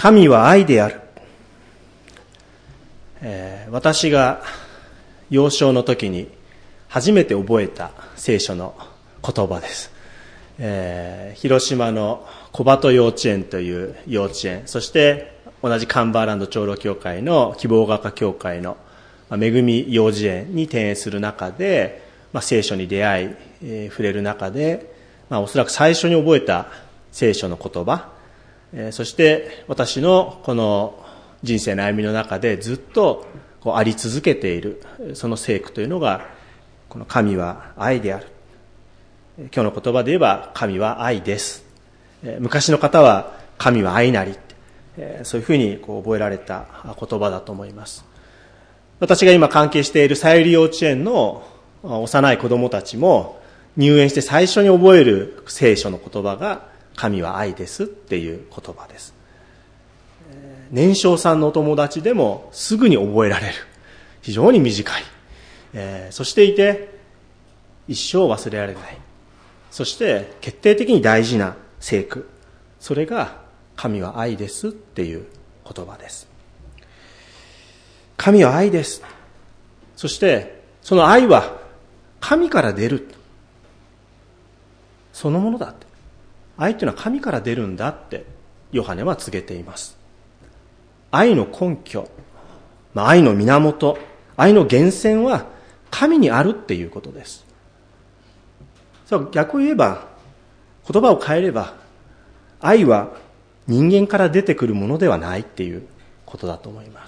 神は愛である。私が幼少の時に初めて覚えた聖書の言葉です。広島の小鳩幼稚園という幼稚園、そして同じカンバーランド長老教会の希望学科教会の恵み幼児園に転園する中で、聖書に出会い、触れる中で、おそらく最初に覚えた聖書の言葉、そして私のこの人生の歩みの中でずっとあり続けているその聖句というのが、この神は愛である。今日の言葉で言えば神は愛です。昔の方は神は愛なり、そういうふうに覚えられた言葉だと思います。私が今関係しているさゆり幼稚園の幼い子供たちも入園して最初に覚える聖書の言葉が神は愛ですっていう言葉です。年少さんのお友達でもすぐに覚えられる、非常に短い、そしていて一生忘れられない、そして決定的に大事な聖句、それが神は愛ですっていう言葉です。神は愛です。そしてその愛は神から出るそのものだって、愛というのは神から出るんだってヨハネは告げています。愛の根拠、愛の源、愛の源泉は神にあるっていうことです。逆を言えば、言葉を変えれば、愛は人間から出てくるものではないっていうことだと思います。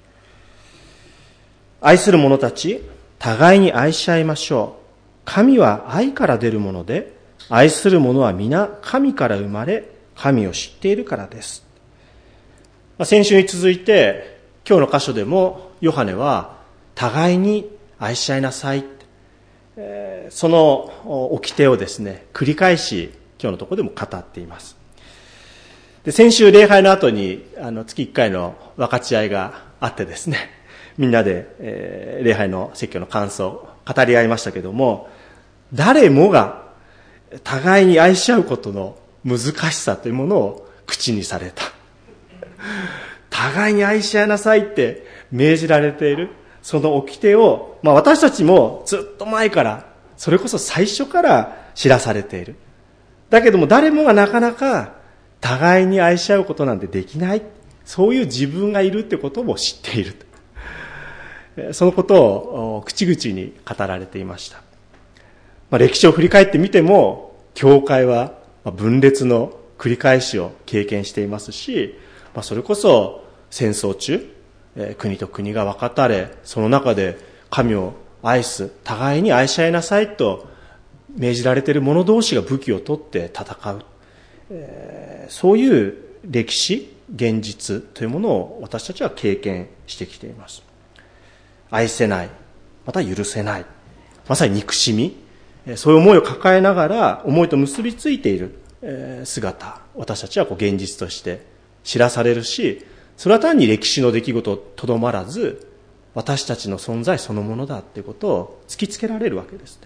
愛する者たち、互いに愛し合いましょう。神は愛から出るもので、愛する者は皆神から生まれ、神を知っているからです。先週に続いて、今日の箇所でもヨハネは互いに愛し合いなさい、その掟をですね、繰り返し今日のところでも語っています。で、先週礼拝の後に月1回の分かち合いがあってですね、みんなで、礼拝の説教の感想を語り合いましたけども、誰もが互いに愛し合うことの難しさというものを口にされた。互いに愛し合いなさいって命じられているその掟を、私たちもずっと前から、それこそ最初から知らされている。だけども誰もがなかなか互いに愛し合うことなんてできない、そういう自分がいるってことも知っている。そのことを口々に語られていました。歴史を振り返ってみても、教会は分裂の繰り返しを経験していますし、それこそ戦争中、国と国が分かたれ、その中で神を愛す、互いに愛し合いなさいと命じられている者同士が武器を取って戦う、そういう歴史、現実というものを私たちは経験してきています。愛せない、また許せない、まさに憎しみ、そういう思いを抱えながら思いと結びついている姿、私たちは現実として知らされるし、それは単に歴史の出来事とどまらず、私たちの存在そのものだということを突きつけられるわけですね。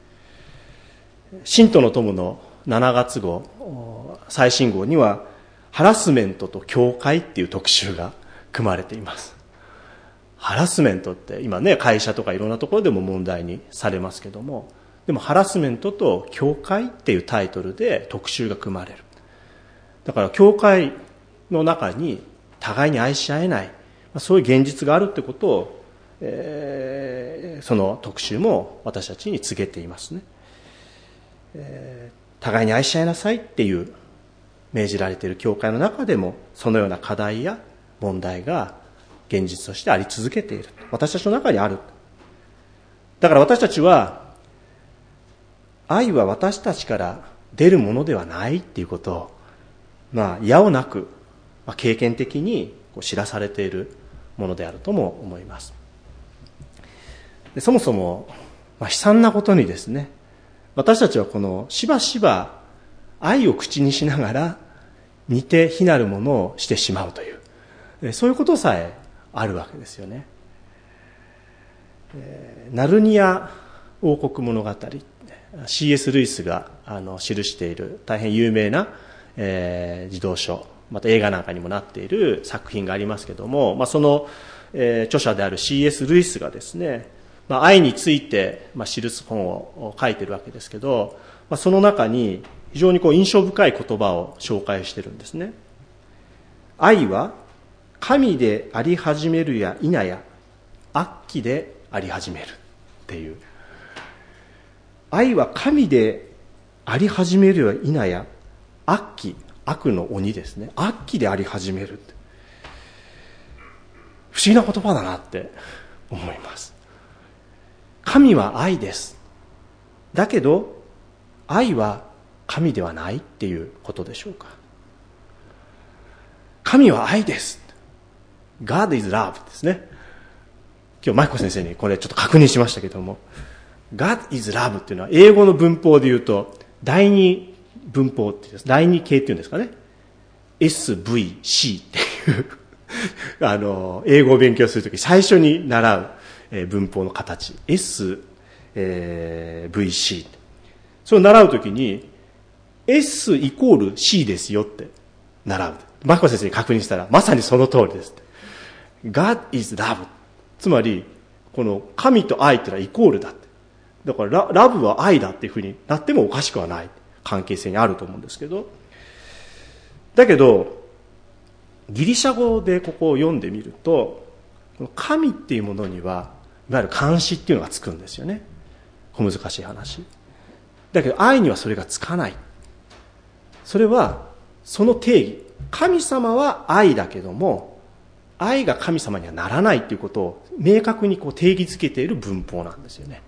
信徒の友の7月号、最新号には、ハラスメントと教会っていう特集が組まれています。ハラスメントって今ね、会社とかいろんなところでも問題にされますけども、でもハラスメントと教会っていうタイトルで特集が組まれる。だから教会の中に互いに愛し合えない、そういう現実があるってことを、その特集も私たちに告げていますね。互いに愛し合いなさいっていう命じられている教会の中でも、そのような課題や問題が現実としてあり続けている。私たちの中にある。だから私たちは、愛は私たちから出るものではないっていうことを、矢をなく、経験的に知らされているものであるとも思います。で、そもそも、悲惨なことにですね、私たちはこのしばしば愛を口にしながら似て非なるものをしてしまうという、そういうことさえあるわけですよね。ナルニア王国物語、C.S. ルイスが記している大変有名な、児童書また映画なんかにもなっている作品がありますけども、その、著者である C.S. ルイスがですね、愛について、記す本を書いてるわけですけど、その中に非常に印象深い言葉を紹介してるんですね。愛は神であり始めるや否や悪鬼であり始めるっていう。愛は神であり始めるや否や悪鬼、悪の鬼ですね、悪鬼であり始める。不思議な言葉だなって思います。神は愛です。だけど愛は神ではないっていうことでしょうか。神は愛です。God is love ですね。今日マイコ先生にこれちょっと確認しましたけども、God is love っていうのは英語の文法で言うと第二文法っていうんです、第二形っていうんですかね、 SVC っていう英語を勉強するとき最初に習う文法の形 SVC、 それを習うときに S イコール C ですよって習う。マコ先生に確認したらまさにその通りですって。 God is love、 つまりこの神と愛ってのはイコールだって。だからラブは愛だっていうふうになってもおかしくはない関係性にあると思うんですけど、だけどギリシャ語でここを読んでみると、神っていうものにはいわゆる監視っていうのがつくんですよね。小難しい話だけど、愛にはそれがつかない。それはその定義、神様は愛だけども愛が神様にはならないということを明確に定義づけている文法なんですよね。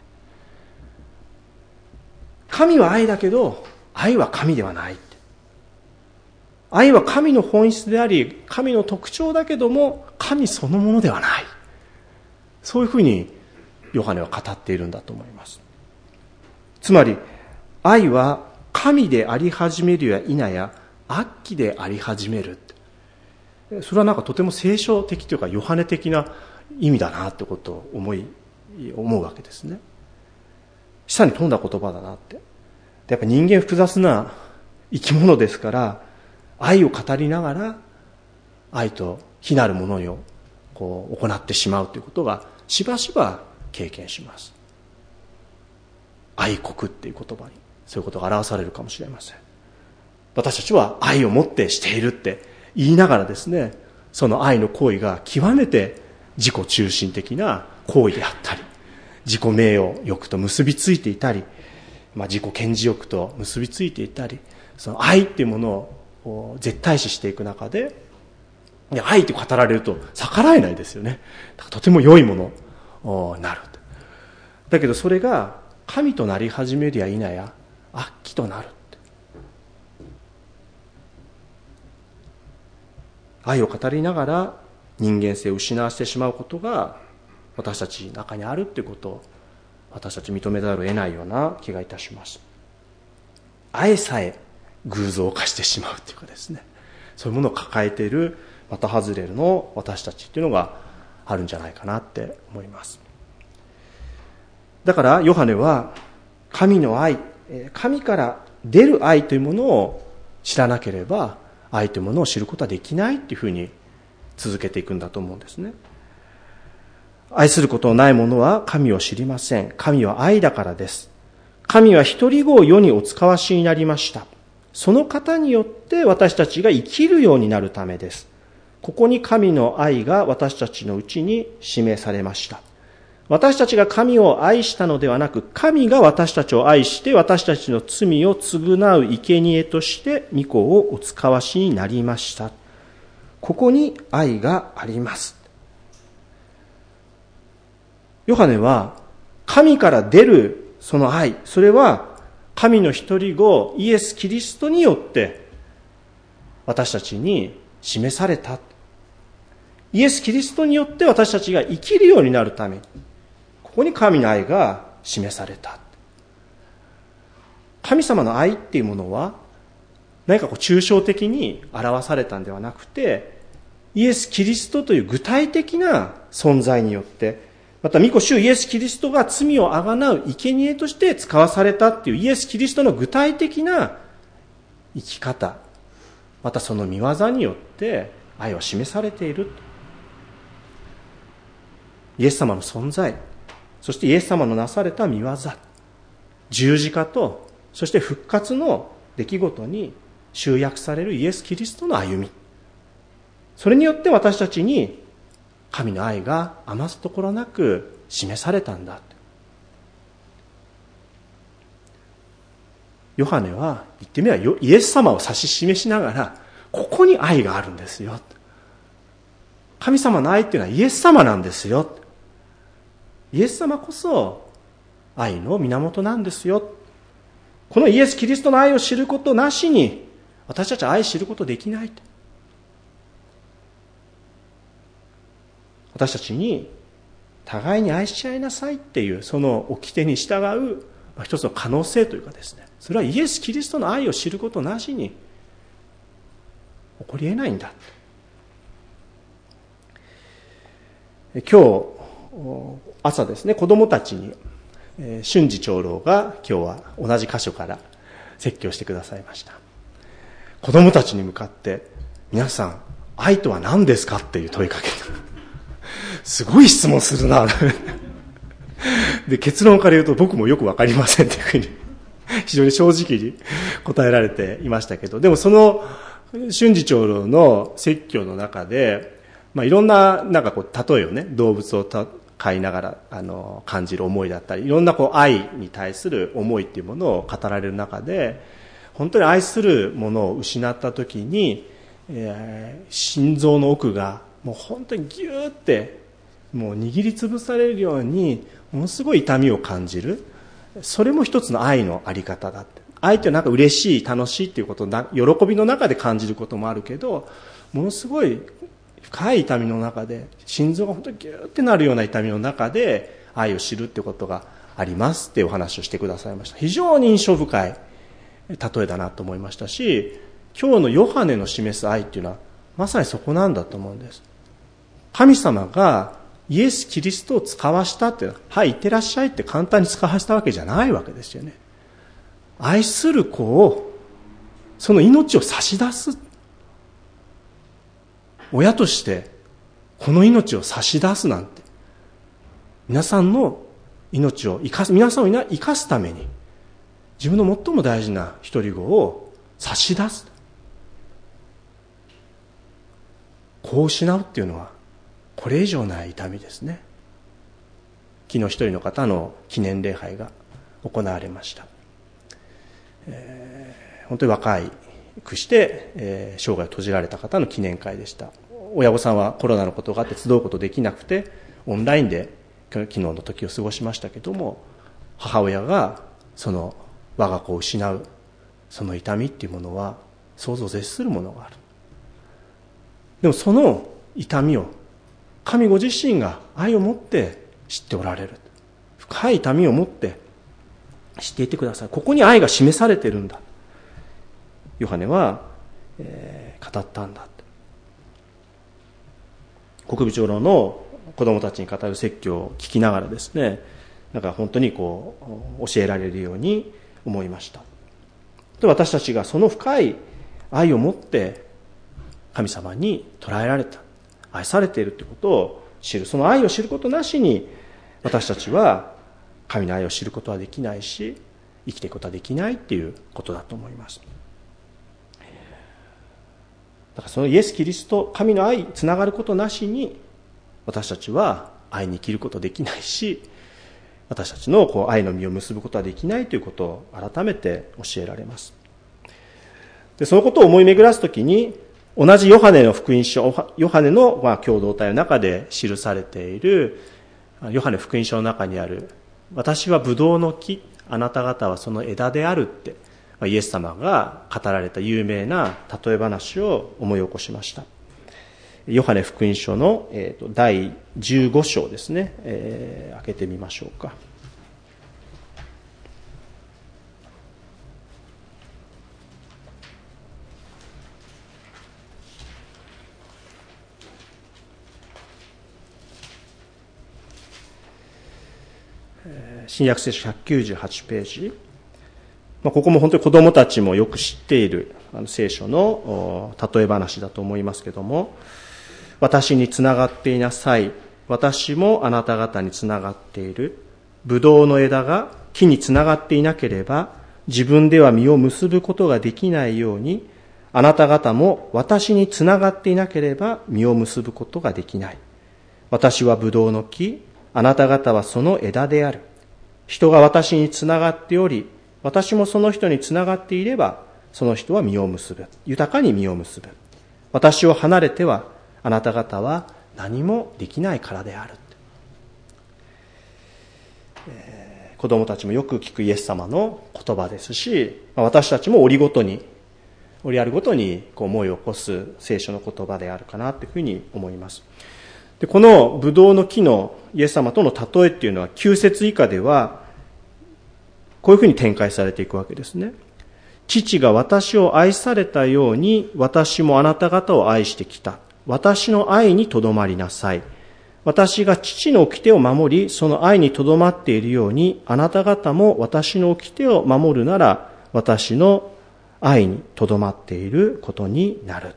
神は愛だけど愛は神ではない。愛は神の本質であり神の特徴だけども神そのものではない。そういうふうにヨハネは語っているんだと思います。つまり愛は神であり始めるや否や悪鬼であり始める。それはなんかとても聖書的というかヨハネ的な意味だなってことを思うわけですね。下に富んだ言葉だなって。やっぱ人間複雑な生き物ですから、愛を語りながら愛と非なるものを行ってしまうということがしばしば経験します。愛国っていう言葉にそういうことが表されるかもしれません。私たちは愛を持ってしているって言いながらですね、その愛の行為が極めて自己中心的な行為であったり、自己名誉欲と結びついていたり、自己顕示欲と結びついていたり、その愛っていうものを絶対視していく中で、愛って語られると逆らえないですよね。とても良いものになる。だけどそれが神となり始めるや否や悪鬼となる。愛を語りながら人間性を失わせてしまうことが私たちの中にあるっていうことを私たち認めざるを得ないような気がいたします。愛さえ偶像化してしまうというかですね、そういうものを抱えている的外れの私たちっていうのがあるんじゃないかなって思います。だからヨハネは神の愛、神から出る愛というものを知らなければ愛というものを知ることはできないっていうふうに続けていくんだと思うんですね。愛することのない者は神を知りません。神は愛だからです。神は一人子を世にお使わしになりました。その方によって私たちが生きるようになるためです。ここに神の愛が私たちのうちに示されました。私たちが神を愛したのではなく、神が私たちを愛して私たちの罪を償う生贄として御子をお使わしになりました。ここに愛があります。ヨハネは神から出るその愛、それは神の一人子イエス・キリストによって私たちに示された。イエス・キリストによって私たちが生きるようになるために、ここに神の愛が示された。神様の愛っていうものは何か抽象的に表されたんではなくて、イエス・キリストという具体的な存在によって、また御子主イエス・キリストが罪をあがなう生贄として使わされたっていうイエス・キリストの具体的な生き方、 またその御業によって愛は示されている。イエス様の存在、そしてイエス様のなされた御業、十字架とそして復活の出来事に集約されるイエス・キリストの歩み、それによって私たちに神の愛が余すところなく示されたんだ。ヨハネは言ってみればイエス様を指し示しながら、ここに愛があるんですよ。神様の愛っていうのはイエス様なんですよ。イエス様こそ愛の源なんですよ。このイエス・キリストの愛を知ることなしに私たちは愛知ることできない。私たちに互いに愛し合いなさいっていうその掟に従う一つの可能性というかですね、それはイエス・キリストの愛を知ることなしに起こり得ないんだ。今日朝ですね、子供たちに俊二長老が今日は同じ箇所から説教してくださいました。子供たちに向かって、皆さん愛とは何ですかっていう問いかけた。すごい質問するな。で、結論から言うと僕もよくわかりませんっていうふうに非常に正直に答えられていましたけど、でもその俊二長老の説教の中で、いろんな例えをね、動物を飼いながら感じる思いだったり、いろんな愛に対する思いっていうものを語られる中で、本当に愛するものを失った時に、心臓の奥がもう本当にギューってもう握りつぶされるようにものすごい痛みを感じる。それも一つの愛のあり方だって。愛って嬉しい楽しいっていうことを喜びの中で感じることもあるけど、ものすごい深い痛みの中で、心臓が本当にギューってなるような痛みの中で愛を知るっていうことがありますっていうお話をしてくださいました。非常に印象深い例えだなと思いましたし、今日のヨハネの示す愛っていうのはまさにそこなんだと思うんです。神様がイエス・キリストを使わしたっていうのは、はい、いってらっしゃいって簡単に使わしたわけじゃないわけですよね。愛する子を、その命を差し出す。親としてこの命を差し出すなんて、皆さんの命を皆さんを生かすために自分の最も大事な一人子を差し出す。子を失うっていうのはこれ以上ない痛みですね。昨日一人の方の記念礼拝が行われました。本当に若くして、生涯を閉じられた方の記念会でした。親御さんはコロナのことがあって集うことできなくてオンラインで昨日の時を過ごしましたけども、母親がその我が子を失うその痛みっていうものは想像を絶するものがある。でもその痛みを神ご自身が愛を持って知っておられる。深い痛みを持って知っていてください。ここに愛が示されているんだ。ヨハネは、語ったんだ。国部長老の子供たちに語る説教を聞きながらですね、本当に教えられるように思いました。で、私たちがその深い愛を持って神様に捉えられた、愛されているということを知る。その愛を知ることなしに私たちは神の愛を知ることはできないし、生きていくことはできないっていうことだと思います。だからそのイエス・キリスト、神の愛につながることなしに私たちは愛に生きることはできないし、私たちの愛の実を結ぶことはできないということを改めて教えられます。で、そのことを思い巡らすときに、同じヨハネの福音書、ヨハネの共同体の中で記されているヨハネ福音書の中にある、私はブドウの木、あなた方はその枝であるって、イエス様が語られた有名な例え話を思い起こしました。ヨハネ福音書の第15章ですね。開けてみましょうか。新約聖書198ページ。ここも本当に子供たちもよく知っている聖書の例え話だと思いますけども、私につながっていなさい、私もあなた方につながっている。ブドウの枝が木につながっていなければ自分では実を結ぶことができないように、あなた方も私につながっていなければ実を結ぶことができない。私はブドウの木、あなた方はその枝である。人が私につながっており、私もその人につながっていれば、その人は実を結ぶ。豊かに実を結ぶ。私を離れては、あなた方は何もできないからである。子供たちもよく聞くイエス様の言葉ですし、私たちも折あるごとに思いを起こす聖書の言葉であるかなというふうに思います。で、このブドウの木のイエス様との例えっていうのは9節以下ではこういうふうに展開されていくわけですね。父が私を愛されたように私もあなた方を愛してきた。私の愛にとどまりなさい。私が父の掟を守り、その愛にとどまっているように、あなた方も私の掟を守るなら、私の愛にとどまっていることになる。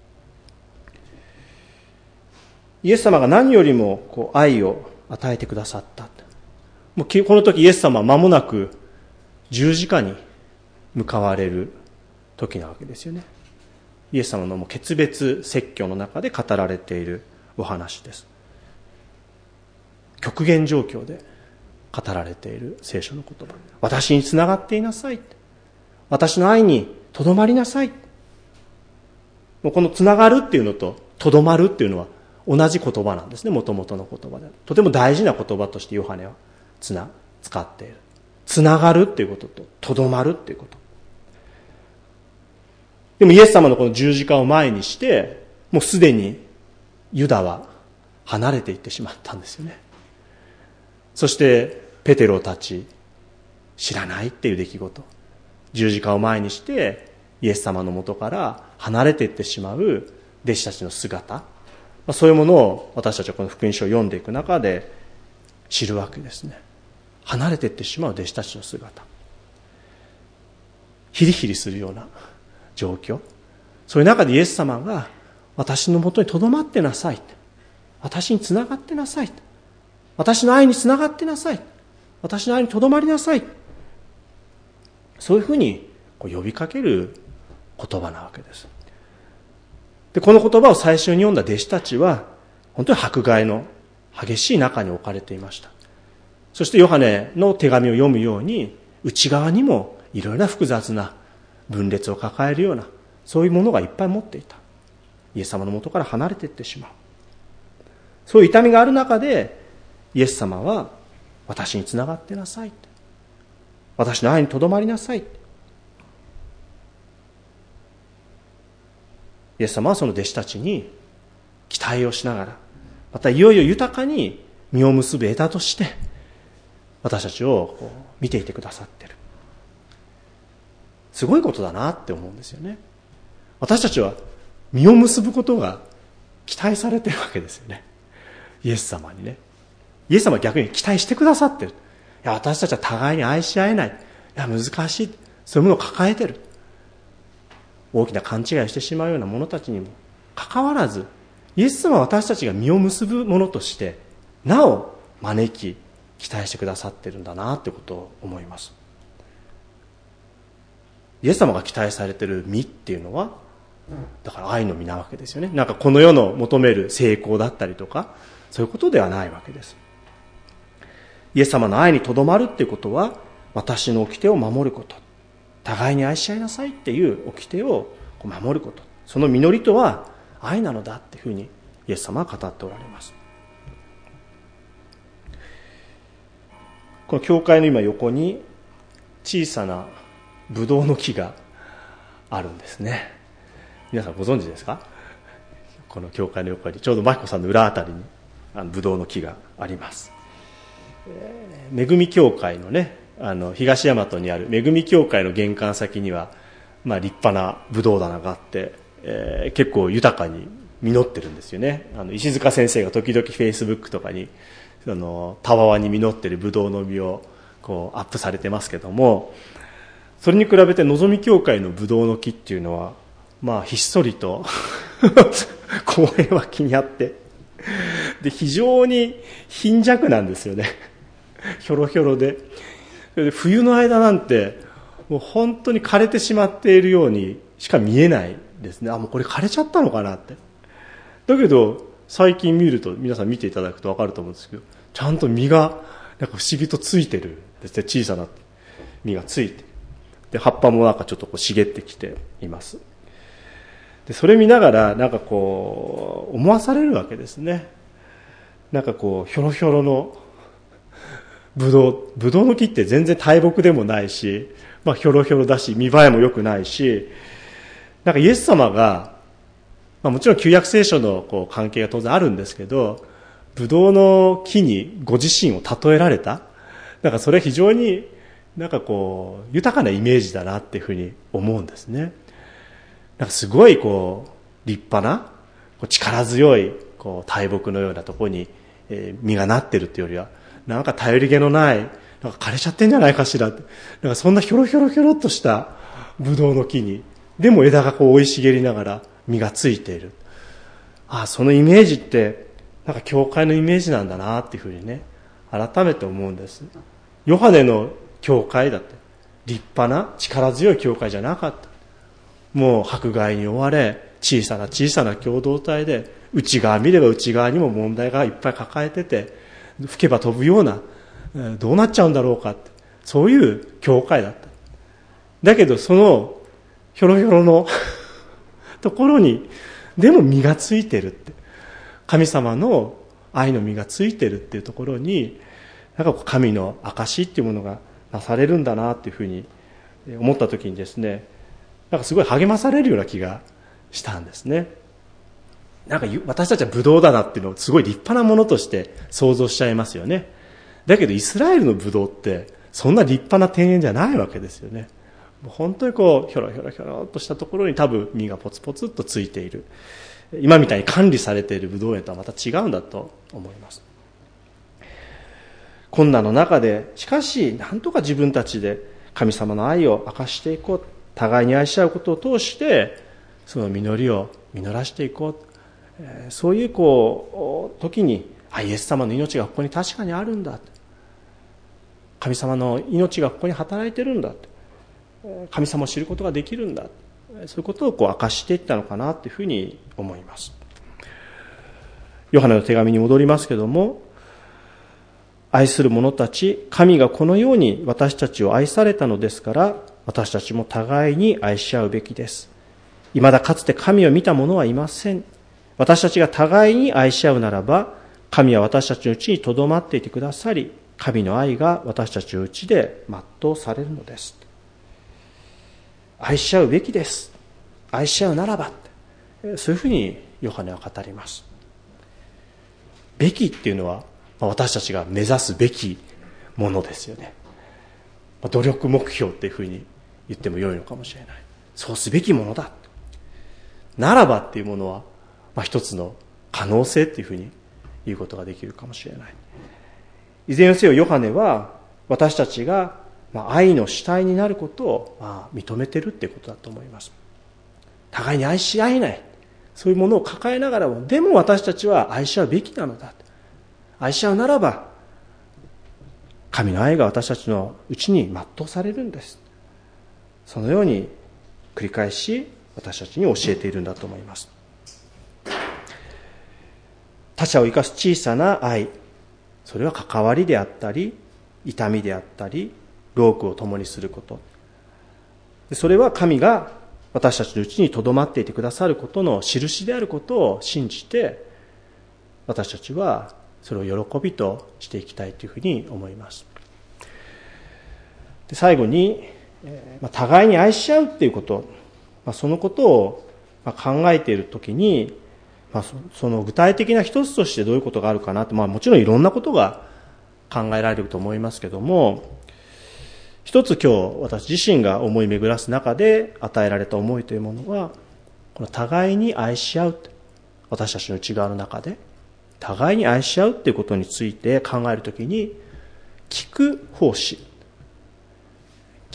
イエス様が何よりも愛を与えてくださった。もうこの時イエス様は間もなく十字架に向かわれる時なわけですよね。イエス様の決別説教の中で語られているお話です。極限状況で語られている聖書の言葉。私につながっていなさい。私の愛にとどまりなさい。もうこのつながるっていうのととどまるっていうのは同じ言葉なんですね。元々の言葉で。とても大事な言葉としてヨハネは使っている。つながるっていうことととどまるっていうこと。でもイエス様のこの十字架を前にして、もうすでにユダは離れていってしまったんですよね。そしてペテロたち知らないっていう出来事、十字架を前にしてイエス様の元から離れていってしまう弟子たちの姿、そういうものを私たちはこの福音書を読んでいく中で知るわけですね。離れていってしまう弟子たちの姿、ヒリヒリするような状況、そういう中でイエス様が私のもとにとどまってなさい、私につながってなさい、私の愛につながってなさい、私の愛にとどまりなさい、そういうふうに呼びかける言葉なわけです。で、この言葉を最初に読んだ弟子たちは本当に迫害の激しい中に置かれていました。そしてヨハネの手紙を読むように内側にもいろいろな複雑な分裂を抱えるようなそういうものがいっぱい持っていた。イエス様の元から離れていってしまう、そういう痛みがある中でイエス様は私につながってなさい、私の愛にとどまりなさい。イエス様はその弟子たちに期待をしながら、またいよいよ豊かに実を結ぶ枝として私たちを見ていてくださっている。すごいことだなって思うんですよね。私たちは実を結ぶことが期待されているわけですよね。イエス様にね。イエス様は逆に期待してくださっている。いや、私たちは互いに愛し合えない。いや、難しい。そういうものを抱えている。大きな勘違いをしてしまうような者たちにもかかわらず、イエス様は私たちが実を結ぶものとしてなお招き期待してくださっているんだなということを思います。イエス様が期待されている実っていうのはだから愛の実なわけですよね。なんかこの世の求める成功だったりとかそういうことではないわけです。イエス様の愛にとどまるっていうことは私の掟を守ること、互いに愛し合いなさいっていう掟を守ること、その実りとは愛なのだっていうふうにイエス様は語っておられます。この教会の今横に小さなブドウの木があるんですね。皆さんご存知ですか？この教会の横にちょうど真彦さんの裏あたりにブドウの木があります。恵み教会のね、東大和にある恵み教会の玄関先には、立派なブドウ棚があって、結構豊かに実ってるんですよね。石塚先生が時々フェイスブックとかにたわわに実ってるブドウの実をこうアップされてますけども、 それに比べてのぞみ教会のブドウの木っていうのは、まあひっそりと公園脇にあって、で非常に貧弱なんですよね。ひょろひょろで、冬の間なんてもう本当に枯れてしまっているようにしか見えないですね。もうこれ枯れちゃったのかなって。だけど最近見ると、皆さん見ていただくと分かると思うんですけど、ちゃんと実がなんか不思議とついてるんですね。小さな実がついて、で葉っぱもなんかちょっと茂ってきています。でそれ見ながらなんかこう思わされるわけですね。なんかこうひょろひょろのブドウの木って全然大木でもないし、まあ、ひょろひょろだし見栄えも良くないし、なんかイエス様が、まあ、もちろん旧約聖書のこう関係が当然あるんですけど、ブドウの木にご自身を例えられた、なんかそれは非常になんかこう豊かなイメージだなっていうふうに思うんですね。なんかすごいこう立派な力強いこう大木のようなところに実がなってるっていうよりは、なんか頼り気のない、なんか枯れちゃってんじゃないかしらって、なんかそんなひょろひょろひょろっとしたブドウの木に、でも枝がこう生い茂りながら実がついている。そのイメージってなんか教会のイメージなんだなっていうふうにね、改めて思うんです。ヨハネの教会だって立派な力強い教会じゃなかった。もう迫害に追われ、小さな小さな共同体で、内側見れば内側にも問題がいっぱい抱えてて、吹けば飛ぶような、どうなっちゃうんだろうかって、そういう教会だった。だけどそのひょろひょろのところにでも実がついてるって、神様の愛の実がついてるっていうところに、なんか神の証っていうものがなされるんだなっていうふうに思った時にですね、なんかすごい励まされるような気がしたんですね。なんか私たちはブドウだなっていうのをすごい立派なものとして想像しちゃいますよね。だけどイスラエルのブドウってそんな立派な庭園じゃないわけですよね。もう本当にこうひょろひょろひょろっとしたところに多分実がポツポツっとついている、今みたいに管理されているブドウ園とはまた違うんだと思います。困難の中でしかしなんとか自分たちで神様の愛を明かしていこう、互いに愛し合うことを通してその実りを実らしていこう、そういう時にイエス様の命がここに確かにあるんだ、神様の命がここに働いてるんだ、神様を知ることができるんだ、そういうことを明かしていったのかなというふうに思います。ヨハネの手紙に戻りますけども、愛する者たち、神がこのように私たちを愛されたのですから、私たちも互いに愛し合うべきです。未だかつて神を見た者はいません。私たちが互いに愛し合うならば、神は私たちのうちにとどまっていてくださり、神の愛が私たちのうちで全うされるのです。愛し合うべきです。愛し合うならば、そういうふうにヨハネは語ります。べきっていうのは私たちが目指すべきものですよね。努力目標っていうふうに言っても良いのかもしれない。そうすべきものだ。ならばっていうものは、一つの可能性っていうふうに言うことができるかもしれない。いずれにせよヨハネは私たちが愛の主体になることを認めてるってことだと思います。互いに愛し合えない、そういうものを抱えながらも、でも私たちは愛し合うべきなのだ。愛し合うならば神の愛が私たちのうちに全うされるんです。そのように繰り返し私たちに教えているんだと思います。他者を生かす小さな愛、それは関わりであったり、痛みであったり、労苦を共にすること、それは神が私たちのうちにとどまっていてくださることの印であることを信じて、私たちはそれを喜びとしていきたいというふうに思います。で最後に、互いに愛し合うっていうこと、そのことを考えているときに、その具体的な一つとしてどういうことがあるかなと、もちろんいろんなことが考えられると思いますけども、一つ今日私自身が思い巡らす中で与えられた思いというものは、この互いに愛し合う、私たちの内側の中で互いに愛し合うということについて考えるときに、聞く奉仕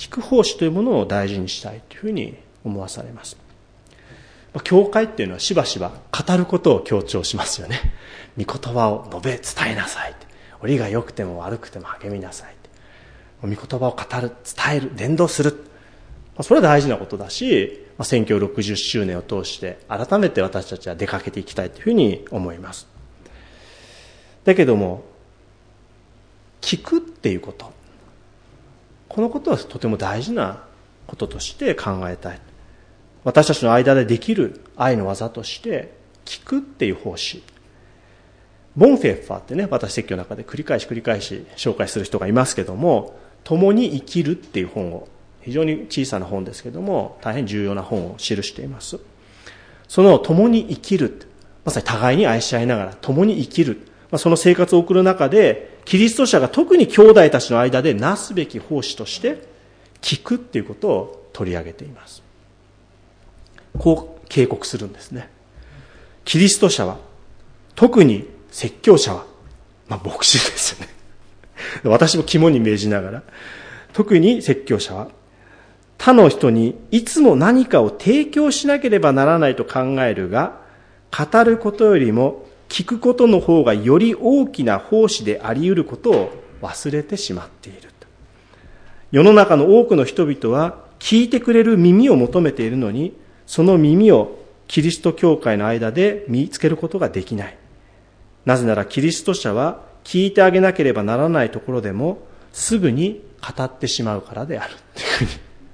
聞く奉仕というものを大事にしたいというふうに思わされます。教会っていうのはしばしば語ることを強調しますよね。御言葉を述べ伝えなさい。折が良くても悪くても励みなさい。御言葉を語る、伝える、伝道する。それは大事なことだし、宣教60周年を通して改めて私たちは出かけていきたいというふうに思います。だけども、聞くっていうこと、このことはとても大事なこととして考えたい。私たちの間でできる愛の技として聞くっていう奉仕。ボンフェッファーってね、私説教の中で繰り返し紹介する人がいますけども、共に生きるっていう本を、非常に小さな本ですけども大変重要な本を記しています。その共に生きる、まさに互いに愛し合いながら共に生きる、その生活を送る中でキリスト者が特に兄弟たちの間でなすべき奉仕として聞くっていうことを取り上げています。こう警告するんですね。キリスト者は、特に説教者は、牧師ですよね。私も肝に銘じながら、特に説教者は他の人にいつも何かを提供しなければならないと考えるが、語ることよりも聞くことの方がより大きな奉仕であり得ることを忘れてしまっている。世の中の多くの人々は聞いてくれる耳を求めているのに、その耳をキリスト教会の間で見つけることができない。なぜならキリスト者は聞いてあげなければならないところでもすぐに語ってしまうからであるっていうふうに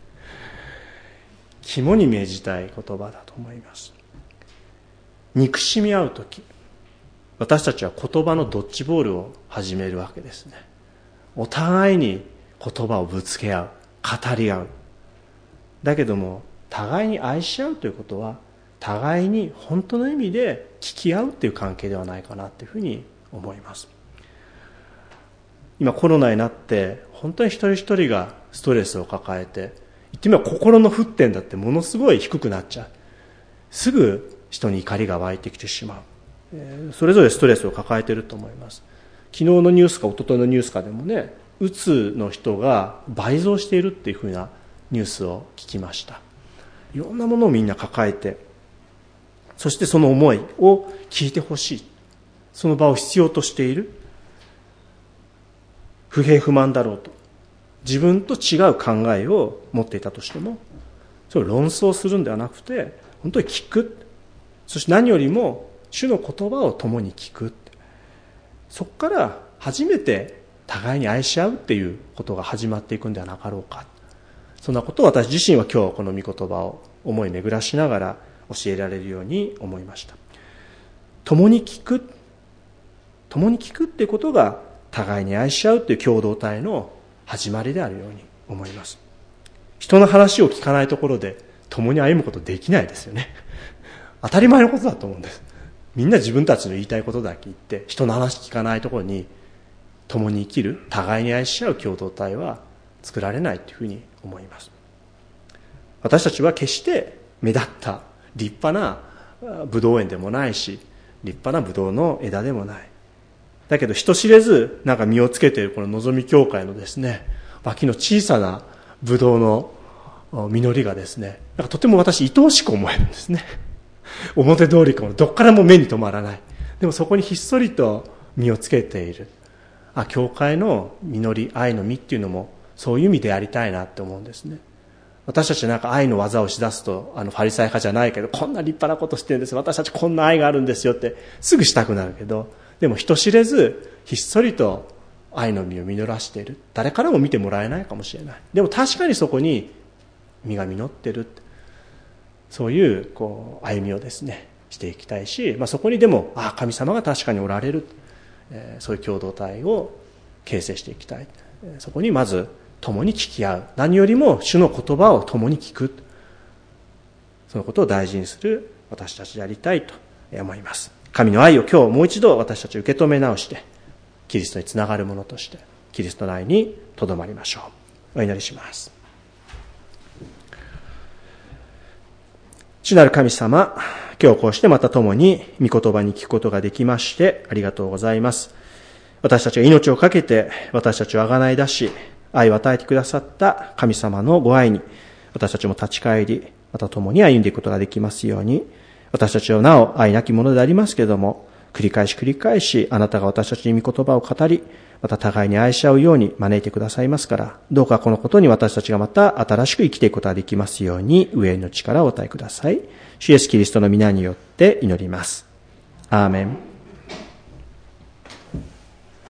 肝に銘じたい言葉だと思います。憎しみ合うとき、私たちは言葉のドッジボールを始めるわけですね。お互いに言葉をぶつけ合う、語り合う。だけども互いに愛し合うということは、互いに本当の意味で聞き合うという関係ではないかなというふうに思います。今コロナになって本当に一人一人がストレスを抱えて、言ってみれば心の沸点だってものすごい低くなっちゃう。すぐ人に怒りが湧いてきてしまう。それぞれストレスを抱えていると思います。昨日のニュースか一昨日のニュースかでもね、うつの人が倍増しているっていうふうなニュースを聞きました。いろんなものをみんな抱えて、そしてその思いを聞いてほしい。その場を必要としている。不平不満だろうと。自分と違う考えを持っていたとしても、それを論争するんではなくて、本当に聞く。そして何よりも、主の言葉を共に聞く。そこから初めて互いに愛し合うっていうことが始まっていくんではなかろうか。そんなことを私自身は今日この御言葉を思い巡らしながら教えられるように思いました。共に聞く。共に聞くっていうことが互いに愛し合うっていう共同体の始まりであるように思います。人の話を聞かないところで共に歩むことできないですよね。当たり前のことだと思うんです。みんな自分たちの言いたいことだけ言って人の話聞かないところに共に生きる、互いに愛し合う共同体は作られないというふうに思います。私たちは決して目立った立派なブドウ園でもないし、立派なブドウの枝でもない。だけど人知れずなんか実をつけているこののぞみ教会のですね、脇の小さなブドウの実りがですね、なんかとても私愛おしく思えるんですね。表通りからどっからも目に留まらない。でもそこにひっそりと実をつけている。教会の実り、愛の実っていうのもそういう意味でありたいなって思うんですね。私たちはなんか愛の技をしだすと、ファリサイ派じゃないけど、こんな立派なことしてるんです。私たちこんな愛があるんですよってすぐしたくなるけど、でも人知れずひっそりと愛の実を実らしている。誰からも見てもらえないかもしれない。でも確かにそこに実が実ってる。そういう歩みをですねしていきたいし、そこにでも神様が確かにおられる、そういう共同体を形成していきたい。そこにまず共に聞き合う。何よりも主の言葉を共に聞く。そのことを大事にする私たちでありたいと思います。神の愛を今日もう一度私たち受け止め直して、キリストにつながるものとして、キリストの愛にとどまりましょう。お祈りします。主なる神様、今日こうしてまた共に御言葉に聞くことができましてありがとうございます。私たちが命をかけて私たちを贖い出し、 愛を与えてくださった神様のご愛に私たちも立ち返り、また共に歩んでいくことができますように、私たちはなお愛なきものでありますけれども、繰り返しあなたが私たちに御言葉を語り、また互いに愛し合うように招いてくださいますから、どうかこのことに私たちがまた新しく生きていくことができますように、上の力をお与えください。主イエスキリストの皆によって祈ります。アーメン。